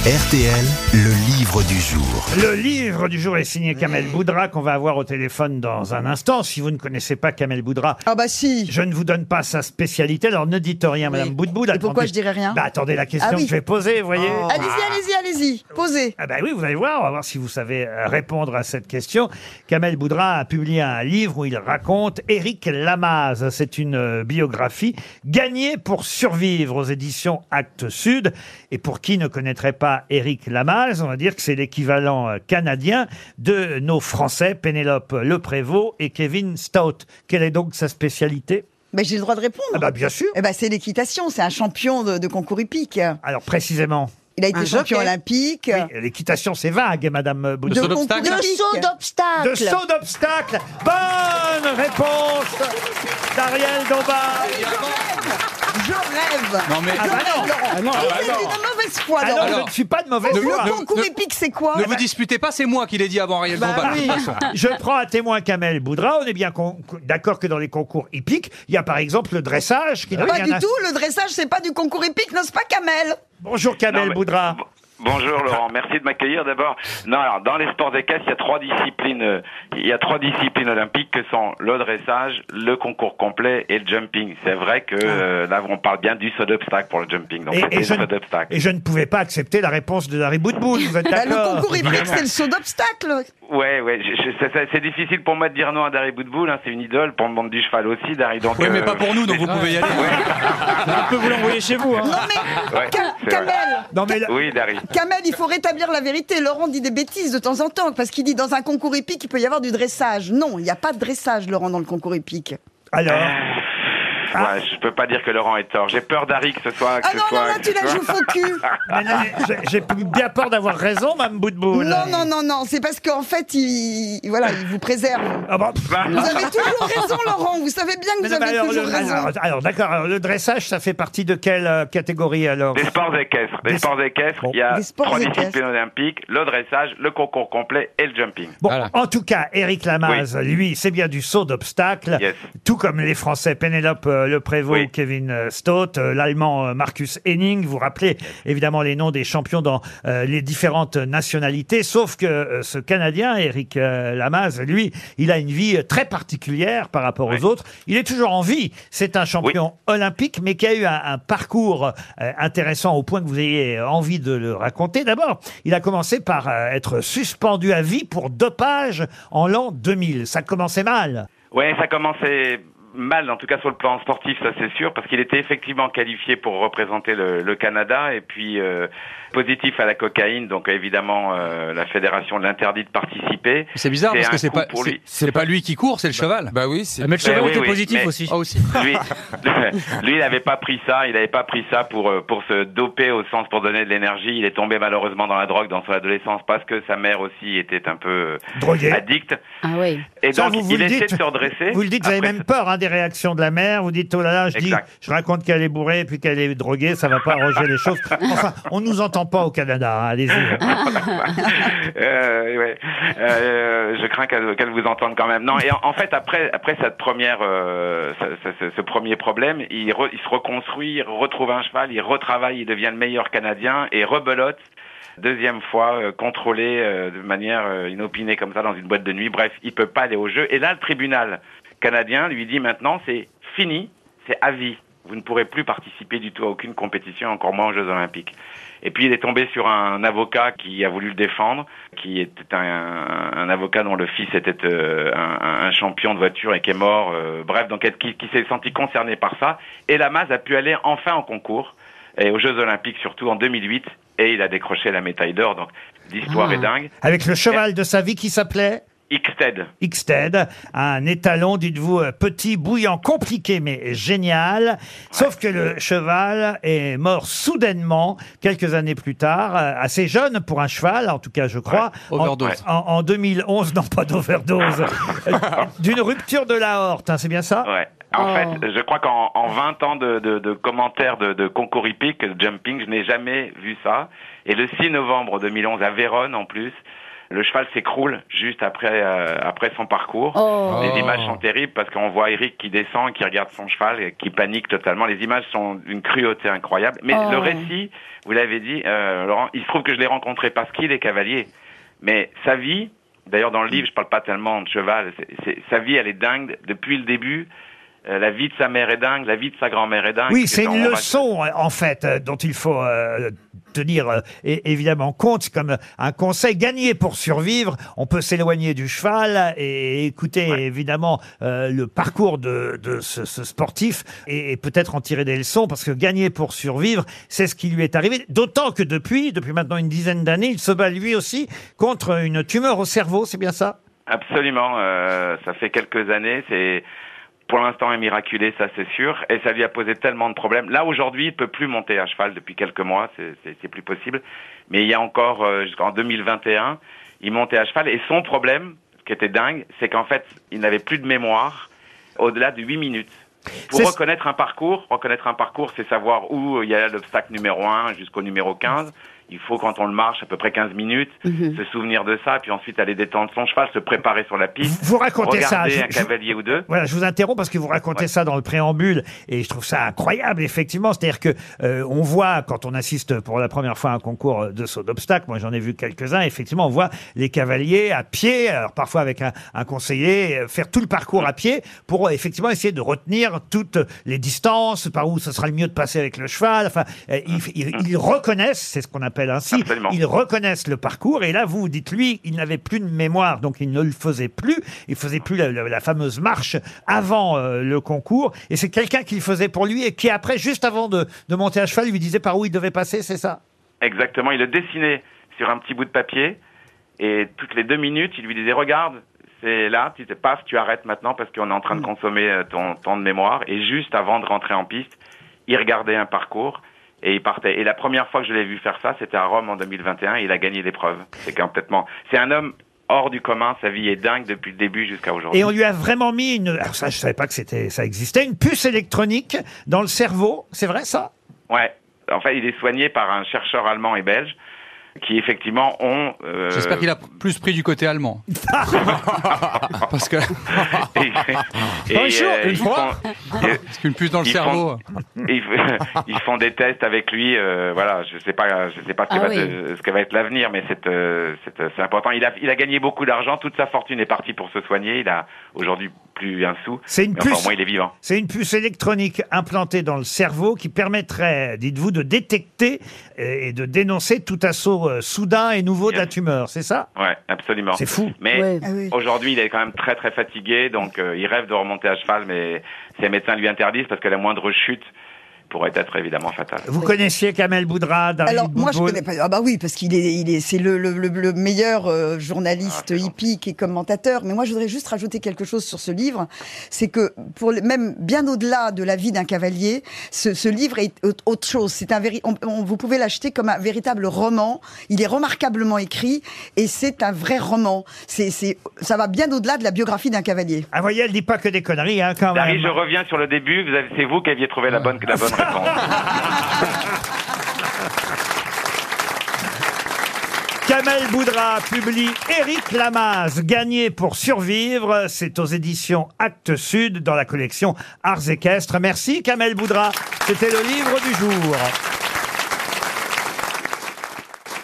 RTL, le livre du jour. Le livre du jour est signé Kamel Boudra, qu'on va avoir au téléphone dans un instant. Si vous ne connaissez pas Kamel Boudra, Ah bah si. je ne vous donne pas sa spécialité, alors ne dites rien, Madame Boudboul. Et pourquoi je dirais rien? Bah attendez la question Ah oui. que je vais poser, vous voyez. Allez-y, posez. Ah bah oui, vous allez voir, on va voir si vous savez répondre à cette question. Kamel Boudra a publié un livre où il raconte Éric Lamaze. C'est une biographie, Gagner pour survivre, aux éditions Actes Sud. Et pour qui ne connaîtrait pas Éric Lamaze, on va dire que c'est l'équivalent canadien de nos Français, Pénélope Leprévost et Kevin Stout. Quelle est donc sa spécialité? Mais j'ai le droit de répondre. Ah bah bien sûr. Eh ben c'est l'équitation, c'est un champion de concours hippique. Alors précisément. Il a été champion olympique. Oui, l'équitation, c'est vague, Madame Boudra. De concours d'obstacle. hippique. De saut d'obstacle. De saut d'obstacle. Bonne réponse d'Ariel Dombas. Je rêve. Non mais Ah bah non. Laurent. Vous êtes d'une mauvaise foi, Ah non, Laurent. je ne suis pas de mauvaise foi. Le concours hippique, c'est quoi? ne vous disputez pas, c'est moi qui l'ai dit avant Ariel Dombas. oui. Je prends à témoin Kamel Boudra. On est bien d'accord que dans les concours hippiques, il y a par exemple le dressage qui n'a Pas rien du à... tout, le dressage, c'est pas du concours hippique, n'est-ce pas, Kamel? Bonjour Kamel Non, mais- Boudra. Bonjour Laurent, merci de m'accueillir d'abord. Non, alors dans les sports d'équestre, il y a trois disciplines olympiques que sont le dressage, le concours complet et le jumping. C'est vrai que là on parle bien du saut d'obstacle pour le jumping. Donc c'était le saut d'obstacle. Et je ne pouvais pas accepter la réponse de Larry Boudboul. Vous êtes Bah, d'accord? le concours hippique, c'est le saut d'obstacle. Ouais, c'est difficile pour moi de dire non à Dari Boudboul, hein, c'est une idole pour le monde du cheval aussi, Dari. Donc Oui, mais pas pour nous, donc vous pouvez y aller. On peut vous l'envoyer chez vous. Hein. Non mais, Ouais, c'est Kamel, Non mais Oui, Dari. Kamel, il faut rétablir la vérité. Laurent dit des bêtises de temps en temps, parce qu'il dit dans un concours hippique, il peut y avoir du dressage. Non, il n'y a pas de dressage, Laurent, dans le concours hippique. alors, Ouais, je peux pas dire que Laurent est tort. J'ai peur Dari que ce soit. Ah non, là, tu la joues faux cul. j'ai bien peur d'avoir raison, Mme Boudboul. Non, c'est parce qu'en fait, il vous préserve. Ah bon, Vous avez toujours raison, Laurent. Vous savez bien que mais vous non, mais avez alors, toujours raison. alors, d'accord. Alors, le dressage, ça fait partie de quelle catégorie alors? Des sports équestres. Des- Des sports équestres, Bon. il y a Des sports trois équestres. disciplines olympiques, le dressage, le concours complet et le jumping. Bon, Voilà. en tout cas, Éric Lamaze, lui, c'est bien du saut d'obstacle, Yes. tout comme les Français Pénélope Leprévost Oui. ou Kevin Stout, l'Allemand Marcus Henning. Vous rappelez évidemment les noms des champions dans les différentes nationalités, sauf que ce Canadien, Éric Lamaze, lui, il a une vie très particulière par rapport aux autres. Il est toujours en vie. C'est un champion olympique, mais qui a eu un parcours intéressant au point que vous ayez envie de le raconter. D'abord, il a commencé par être suspendu à vie pour dopage en l'an 2000. Ça commençait mal. Ouais, ça commençait mal, en tout cas sur le plan sportif, ça c'est sûr, parce qu'il était effectivement qualifié pour représenter le Canada, et puis positif à la cocaïne, donc évidemment la fédération l'interdit de participer. C'est bizarre parce un que c'est coup pas, pour lui. c'est pas lui qui court, c'est le cheval. Bah oui, mais le cheval oui, était oui, positif mais- aussi. Ah aussi. Lui, lui, il n'avait pas pris ça. Il n'avait pas pris ça pour se doper au sens pour donner de l'énergie. Il est tombé malheureusement dans la drogue dans son adolescence parce que sa mère aussi était un peu Droguée. addicte. Ah oui. Et Ça, donc vous il le essaie dites. de se redresser. Vous le dites, vous avez Après, même peur des réactions de la mère. Vous dites, oh là là, Exact. je raconte qu'elle est bourrée et puis qu'elle est droguée, ça va pas arranger les choses. Enfin, on nous entend pas au Canada, hein, allez-y. ouais. Je crains qu'elle vous entende quand même. Non, et en fait, après cette première, ce premier problème, il se reconstruit, il retrouve un cheval, il retravaille, il devient le meilleur Canadien et rebelote. Deuxième fois, contrôlé de manière inopinée comme ça dans une boîte de nuit. Bref, il peut pas aller au jeu. Et là, le tribunal canadien lui dit maintenant, c'est fini, c'est à vie. Vous ne pourrez plus participer du tout à aucune compétition, encore moins aux Jeux Olympiques. Et puis il est tombé sur un avocat qui a voulu le défendre, qui était un avocat dont le fils était un champion de voiture et qui est mort. Bref, donc qui s'est senti concerné par ça. Et Lamaze a pu aller enfin en concours, et aux Jeux Olympiques surtout en 2008, et il a décroché la médaille d'or. Donc l'histoire est dingue. Avec le cheval de sa vie qui s'appelait Ixted. Ixted, un étalon, dites-vous, petit, bouillant, compliqué, mais génial. Sauf que le cheval est mort soudainement, quelques années plus tard, assez jeune pour un cheval, en tout cas, je crois. Overdose. En 2011, non pas d'overdose, d'une rupture de l'aorte, hein, c'est bien ça? Ouais. En fait, je crois qu'en 20 ans de commentaires de concours hippique, de jumping, je n'ai jamais vu ça. Et le 6 novembre 2011, à Vérone en plus, Le cheval s'écroule juste après son parcours. Oh. Les images sont terribles parce qu'on voit Eric qui descend, qui regarde son cheval, et qui panique totalement. Les images sont d'une cruauté incroyable. Mais le récit, vous l'avez dit, Laurent, il se trouve que je l'ai rencontré parce qu'il est cavalier. Mais sa vie, d'ailleurs dans le livre, je parle pas tellement de cheval, sa vie elle est dingue depuis le début. La vie de sa mère est dingue, la vie de sa grand-mère est dingue. Oui, c'est une leçon, en fait, dont il faut tenir évidemment compte. C'est comme un conseil. Gagner pour survivre, on peut s'éloigner du cheval et écouter évidemment le parcours de ce sportif et peut-être en tirer des leçons, parce que gagner pour survivre, c'est ce qui lui est arrivé. D'autant que depuis maintenant une dizaine d'années, il se bat lui aussi contre une tumeur au cerveau, c'est bien ça? Absolument, ça fait quelques années, c'est... Pour l'instant, est miraculé, ça c'est sûr, et ça lui a posé tellement de problèmes. Là, aujourd'hui, il peut plus monter à cheval depuis quelques mois, c'est plus possible. Mais il y a encore, jusqu'en 2021, il montait à cheval, et son problème, ce qui était dingue, c'est qu'en fait, il n'avait plus de mémoire au-delà de 8 minutes. Pour reconnaître un parcours, c'est savoir où il y a l'obstacle numéro 1 jusqu'au numéro 15. Il faut, quand on le marche, à peu près 15 minutes, se souvenir de ça, puis ensuite aller détendre son cheval, se préparer sur la piste. Vous racontez ça. Regarder un cavalier ou deux. Voilà, je vous interromps parce que vous racontez ça dans le préambule, et je trouve ça incroyable, effectivement. C'est-à-dire que on voit, quand on assiste pour la première fois à un concours de saut d'obstacle, moi j'en ai vu quelques-uns, effectivement, on voit les cavaliers à pied, alors parfois avec un conseiller, faire tout le parcours à pied pour effectivement essayer de retenir toutes les distances, par où ce sera le mieux de passer avec le cheval. Enfin, ils reconnaissent, c'est ce qu'on appelle ainsi. Absolument. Ils reconnaissent le parcours, et là vous dites, lui, il n'avait plus de mémoire, donc il ne le faisait plus. Il faisait plus la fameuse marche avant le concours, et c'est quelqu'un qui le faisait pour lui et qui après, juste avant de monter à cheval, lui disait par où il devait passer, c'est ça? Exactement, il le dessinait sur un petit bout de papier, et toutes les 2 minutes, il lui disait, regarde, c'est là, tu arrêtes maintenant parce qu'on est en train de consommer ton temps de mémoire, et juste avant de rentrer en piste, il regardait un parcours, et il partait. Et la première fois que je l'ai vu faire ça, c'était à Rome en 2021, et il a gagné l'épreuve. C'est un homme hors du commun, sa vie est dingue depuis le début jusqu'à aujourd'hui. Et on lui a vraiment mis alors ça, je savais pas que ça existait, une puce électronique dans le cerveau, c'est vrai ça? Ouais. En fait, il est soigné par un chercheur allemand et belge qui effectivement ont... J'espère qu'il a plus pris du côté allemand. Parce que... Parce qu'une puce dans le cerveau... Ils font des tests avec lui, voilà, je sais pas ce que va être l'avenir, mais c'est important. Il a gagné beaucoup d'argent, toute sa fortune est partie pour se soigner, il a aujourd'hui plus un sou, au moins il est vivant. C'est une puce électronique implantée dans le cerveau qui permettrait, dites-vous, de détecter et de dénoncer tout assaut soudain et nouveau de la tumeur, c'est ça? Ouais, absolument. C'est fou. Mais aujourd'hui, il est quand même très très fatigué, donc il rêve de remonter à cheval, mais ses médecins lui interdisent parce que la moindre chute pourrait être évidemment fatale. Vous connaissiez Kamel Boudrad? Alors moi je connais pas. Ah bah oui, parce c'est le meilleur journaliste hippique et commentateur. Mais moi je voudrais juste rajouter quelque chose sur ce livre, c'est que même bien au-delà de la vie d'un cavalier, ce livre est autre chose. C'est vous pouvez l'acheter comme un véritable roman. Il est remarquablement écrit et c'est un vrai roman. Ça va bien au-delà de la biographie d'un cavalier. Ah voyez, elle dit pas que des conneries, hein, quand même. Larry, je reviens sur le début. C'est vous qui aviez trouvé la bonne réponse. Kamel Boudra publie Éric Lamaze, Gagner pour survivre. C'est aux éditions Actes Sud dans la collection Arts équestres. Merci Kamel Boudra. C'était le livre du jour.